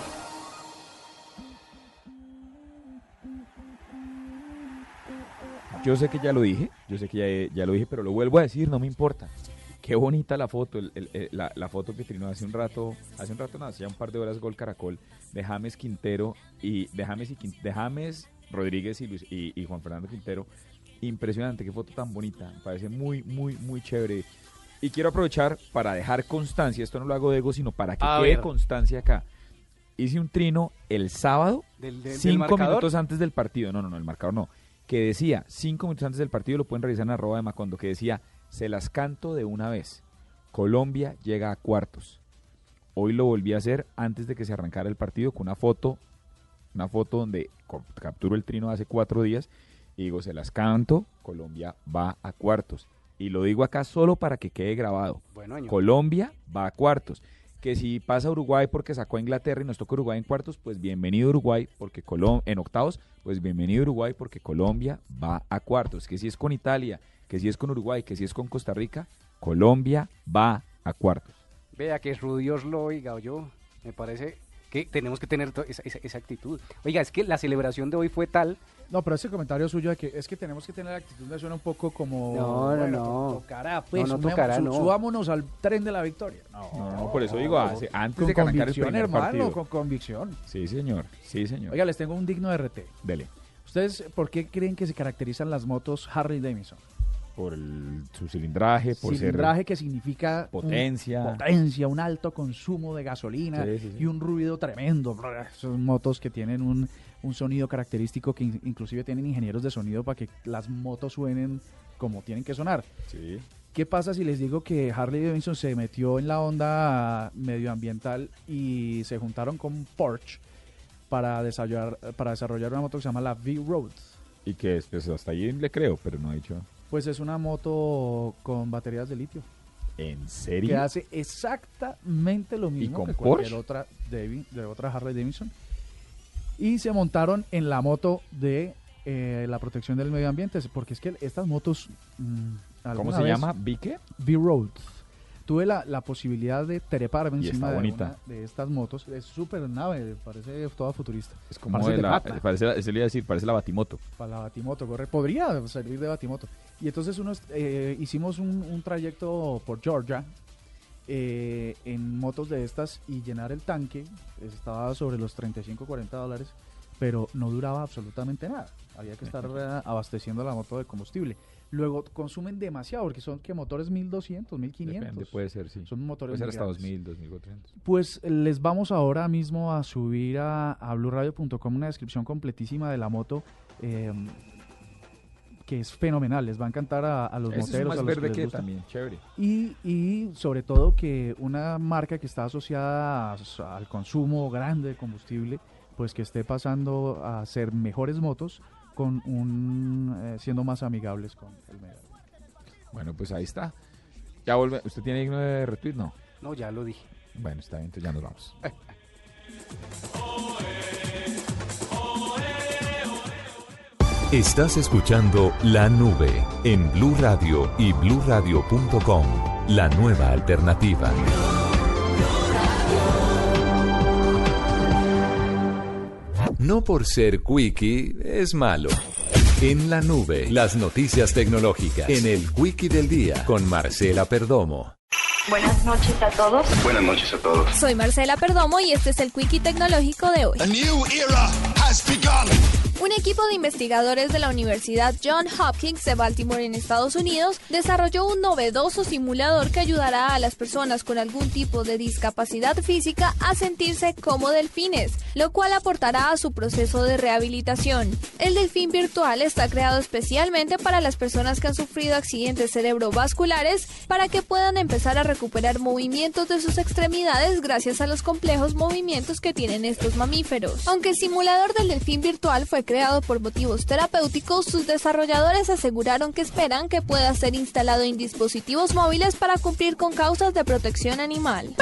Yo sé que ya lo dije, yo sé que ya, ya lo dije, pero lo vuelvo a decir, no me importa. Qué bonita la foto, el, el, el, la, la foto que trinó hace un rato, hace un rato, no, hace ya un par de horas Gol Caracol, de James Quintero y de James, y, de James Rodríguez y, Luis, y, y Juan Fernando Quintero. Impresionante, qué foto tan bonita, me parece muy, muy, muy chévere. Y quiero aprovechar para dejar constancia, esto no lo hago de ego, sino para que A quede ver. constancia acá. Hice un trino el sábado, Del- del- del cinco marcador. minutos antes del partido, no, no, no, el marcador no, que decía, cinco minutos antes del partido, lo pueden revisar en arroba de Macondo, que decía, se las canto de una vez, Colombia llega a cuartos. Hoy lo volví a hacer antes de que se arrancara el partido con una foto, una foto donde co- capturo el trino hace cuatro días y digo, se las canto, Colombia va a cuartos. Y lo digo acá solo para que quede grabado. Bueno, año. Colombia va a cuartos. Que si pasa Uruguay porque sacó a Inglaterra y nos toca Uruguay en cuartos, pues bienvenido Uruguay porque Colom en octavos, pues bienvenido Uruguay porque Colombia va a cuartos. Que si es con Italia, que si es con Uruguay, que si es con Costa Rica, Colombia va a cuartos. Vea que Rudy Dios lo oiga, o yo, me parece que tenemos que tener to- esa, esa, esa actitud. Oiga, es que la celebración de hoy fue tal. No, pero ese comentario suyo de que es que tenemos que tener la actitud me suena un poco como... No, no, bueno, no. to- Tocará, pues, No, no sumemos- tocará, su- no. subámonos al tren de la victoria. No, no, por eso digo, hace- antes con de que arrancara el convicción, primer hermano, partido. con convicción. Sí, señor, sí, señor. Oiga, les tengo un digno de R T. Dele. ¿Ustedes por qué creen que se caracterizan las motos Harley Davidson? Por el- su cilindraje, por Cilindraje que significa un- Potencia. potencia, un alto consumo de gasolina Sí, sí, sí. y un ruido tremendo. Son motos que tienen un, un sonido característico que in- inclusive tienen ingenieros de sonido para que las motos suenen como tienen que sonar. Sí. ¿Qué pasa si les digo que Harley Davidson se metió en la onda medioambiental y se juntaron con Porsche para desarrollar, para desarrollar una moto que se llama la V-Road? Y que es, pues hasta ahí le creo, pero no ha dicho. Pues es una moto con baterías de litio. ¿En serio? Que hace exactamente lo mismo con que cualquier Porsche? otra Davi- de otra Harley Davidson. Y se montaron en la moto de eh, la protección del medio ambiente, porque es que estas motos... mm, ¿Cómo alguna se vez- llama? ¿Vique? V-Road. Tuve la, la posibilidad de treparme Y encima está de bonita. una de estas motos. Es súper nave, parece toda futurista. Es como Parece de la, Tepata. parece, la- eso le iba a decir, parece la Batimoto. Para la Batimoto, corre. Podría servir de Batimoto. Y entonces unos, eh, hicimos un, un trayecto por Georgia eh, en motos de estas y llenar el tanque estaba sobre los treinta y cinco, cuarenta dólares, pero no duraba absolutamente nada. Había que estar eh, abasteciendo la moto de combustible. Luego consumen demasiado, porque son que motores mil doscientos, mil quinientos. Depende, puede ser, sí. Son motores puede ser muy hasta grandes. dos mil, dos mil cuatrocientos. Pues les vamos ahora mismo a subir a, a blue radio punto com una descripción completísima de la moto, eh, que es fenomenal, les va a encantar a, a los Ese moteros, es más a los verde que les que gusta. también, chévere. Y, y sobre todo que una marca que está asociada a- al consumo grande de combustible, pues que esté pasando a ser mejores motos con un eh, siendo más amigables con el medio. Bueno, pues ahí está. Ya vuelve. ¿Usted tiene digno de retweet? No. No, ya lo dije. Bueno, está bien, entonces ya nos vamos. Estás escuchando La Nube en Blue Radio y blue radio punto com, la nueva alternativa. No por ser quickie es malo. En La Nube, las noticias tecnológicas en el Quickie del Día con Marcela Perdomo. Buenas noches a todos. Buenas noches a todos. Soy Marcela Perdomo y este es el Quickie Tecnológico de hoy. A new era has begun. Un equipo de investigadores de la Universidad Johns Hopkins de Baltimore en Estados Unidos desarrolló un novedoso simulador que ayudará a las personas con algún tipo de discapacidad física a sentirse como delfines, lo cual aportará a su proceso de rehabilitación. El delfín virtual está creado especialmente para las personas que han sufrido accidentes cerebrovasculares para que puedan empezar a recuperar movimientos de sus extremidades gracias a los complejos movimientos que tienen estos mamíferos. Aunque el simulador del delfín virtual fue creado por motivos terapéuticos, sus desarrolladores aseguraron que esperan que pueda ser instalado en dispositivos móviles para cumplir con causas de protección animal.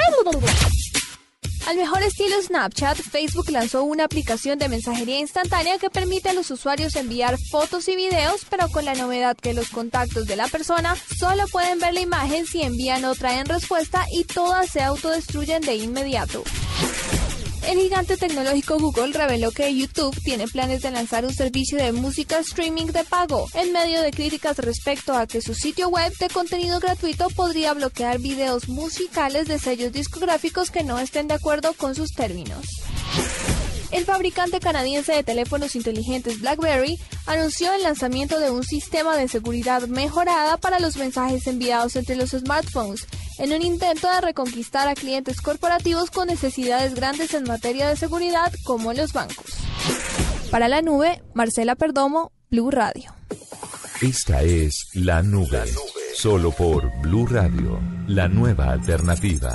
Al mejor estilo Snapchat, Facebook lanzó una aplicación de mensajería instantánea que permite a los usuarios enviar fotos y videos, pero con la novedad que los contactos de la persona solo pueden ver la imagen si envían o traen respuesta y todas se autodestruyen de inmediato. El gigante tecnológico Google reveló que YouTube tiene planes de lanzar un servicio de música streaming de pago, en medio de críticas respecto a que su sitio web de contenido gratuito podría bloquear videos musicales de sellos discográficos que no estén de acuerdo con sus términos. El fabricante canadiense de teléfonos inteligentes BlackBerry anunció el lanzamiento de un sistema de seguridad mejorada para los mensajes enviados entre los smartphones, en un intento de reconquistar a clientes corporativos con necesidades grandes en materia de seguridad, como los bancos. Para la nube, Marcela Perdomo, Blue Radio. Esta es La Nube, solo por Blue Radio, la nueva alternativa.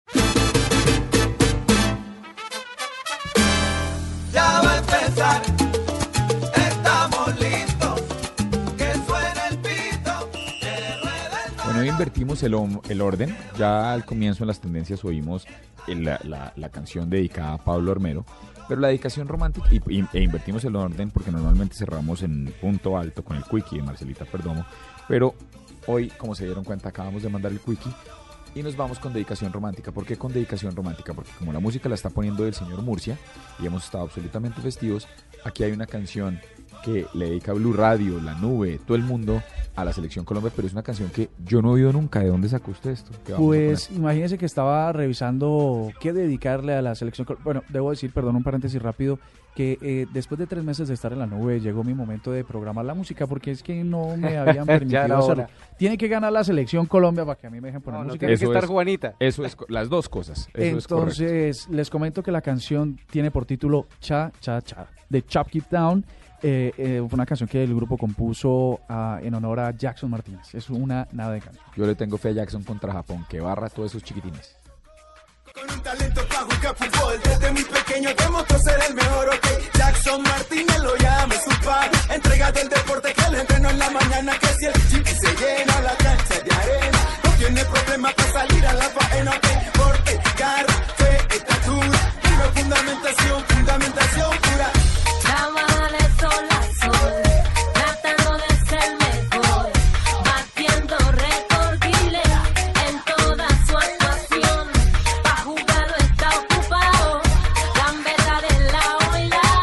Ya va a empezar. Estamos listos. Que suene el pito. Que rueda el Bueno, hoy invertimos el, om- el orden. Ya al comienzo en las tendencias oímos el- la, la- la canción dedicada a Pablo Armero, pero la dedicación romántica, y, y- e invertimos el orden porque normalmente cerramos en punto alto con el Quickie de Marcelita Perdomo, pero hoy, como se dieron cuenta, acabamos de mandar el Quickie y nos vamos con dedicación romántica. ¿Por qué con dedicación romántica? Porque como la música la está poniendo el señor Murcia y hemos estado absolutamente festivos, aquí hay una canción que le dedica Blue Radio, La Nube, todo el mundo a la Selección Colombia, pero es una canción que yo no he oído nunca. ¿De dónde sacó usted esto? ¿Qué vamos a Pues poner? imagínense que estaba revisando qué dedicarle a la selección. col- Bueno, debo decir, perdón, un paréntesis rápido, que eh, después de tres meses de estar en la nube llegó mi momento de programar la música porque es que no me habían Ya permitido era hacerlo. hora. Tiene que ganar la selección Colombia para que a mí me dejen poner No, no música. tiene que estar es- Juanita. Eso es co- las dos cosas. Eso es correcto. Entonces, les comento que la canción tiene por título Cha Cha Cha, de Chop It Down. Eh, eh, fue una canción que el grupo compuso ah, en honor a Jackson Martínez. Es una nada de canción. Yo le tengo fe a Jackson contra Japón, que barra todos esos chiquitines. Con un talento para jugar fútbol. Desde muy pequeño demostró ser el mejor, ok. Jackson Martínez lo llama su padre. Entrégate el deporte que le entreno en la mañana. Que si el chiqui se llena la cancha de arena, no tiene problema para salir a la faena, ok. Porque garra, fe, estatura, pura fundamentación, fundamentación pura. Trabaja de sol a sol, tratando de ser mejor, batiendo récord Guinness en toda su actuación. Pa' jugar no está ocupado, gambeta de lado y lado.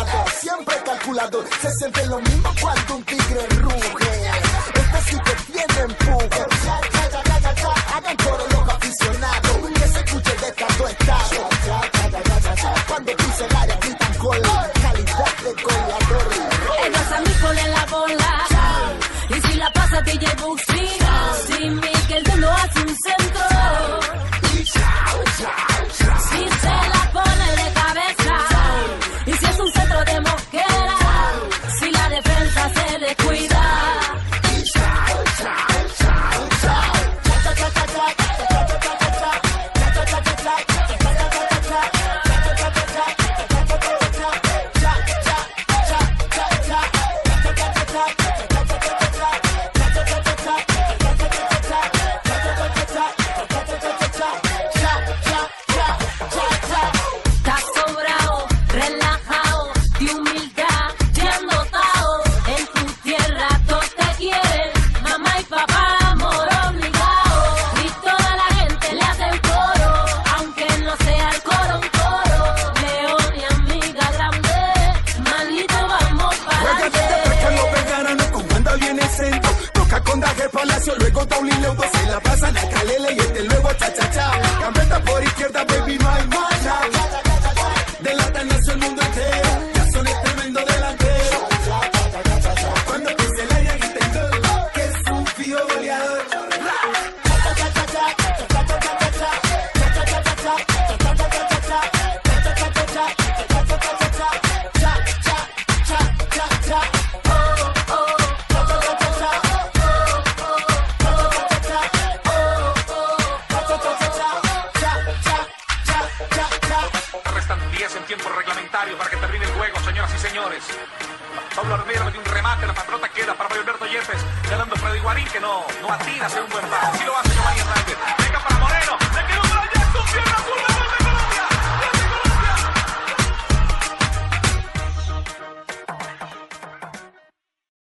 goleador, siempre calculador. Se siente lo mismo cuando un tigre ruge. Este sí que tiene empuje. Hagan coro los aficionados, que se escuche de tanto estado. Cuando pise el área gritan gol, calidad de goleador. Ellos a mí ponen la bola. Y si la pasa D J Buxi, si Miguel de no hace un centro. Si se la pone de cabeza. Y si es un centro de Mosquera. Si la defensa se descuida. Luego Taulín Leudo se la pasan a Calele y este luego cha cha cha. Gambeta por izquierda, baby, no hay mana. Delata nació el mundo entero. Ya son el tremendo delantero. Cuando pise el área griten gol, que es un fijo goleador. Para que termine el juego, señoras y señores. Pablo Armero metió un remate, la pelota queda para Mario Alberto Yepes, ganando Freddy Guarín, que no, no atira hacia un buen pase. Sí lo hace Giovanni Hernández.